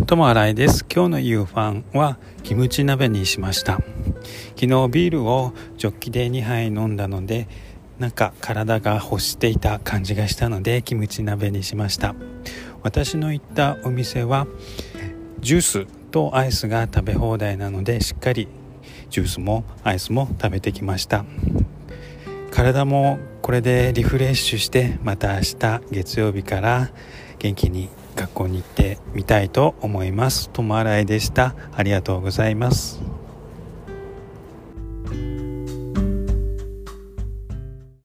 友新井です。今日の夕飯はキムチ鍋にしました。昨日ビールをジョッキで2杯飲んだので、なんか体が欲していた感じがしたのでキムチ鍋にしました。私の行ったお店はジュースとアイスが食べ放題なので、しっかりジュースもアイスも食べてきました。体もこれでリフレッシュして、また明日月曜日から元気に学校に行ってみたいと思います。友新井でした。ありがとうございます。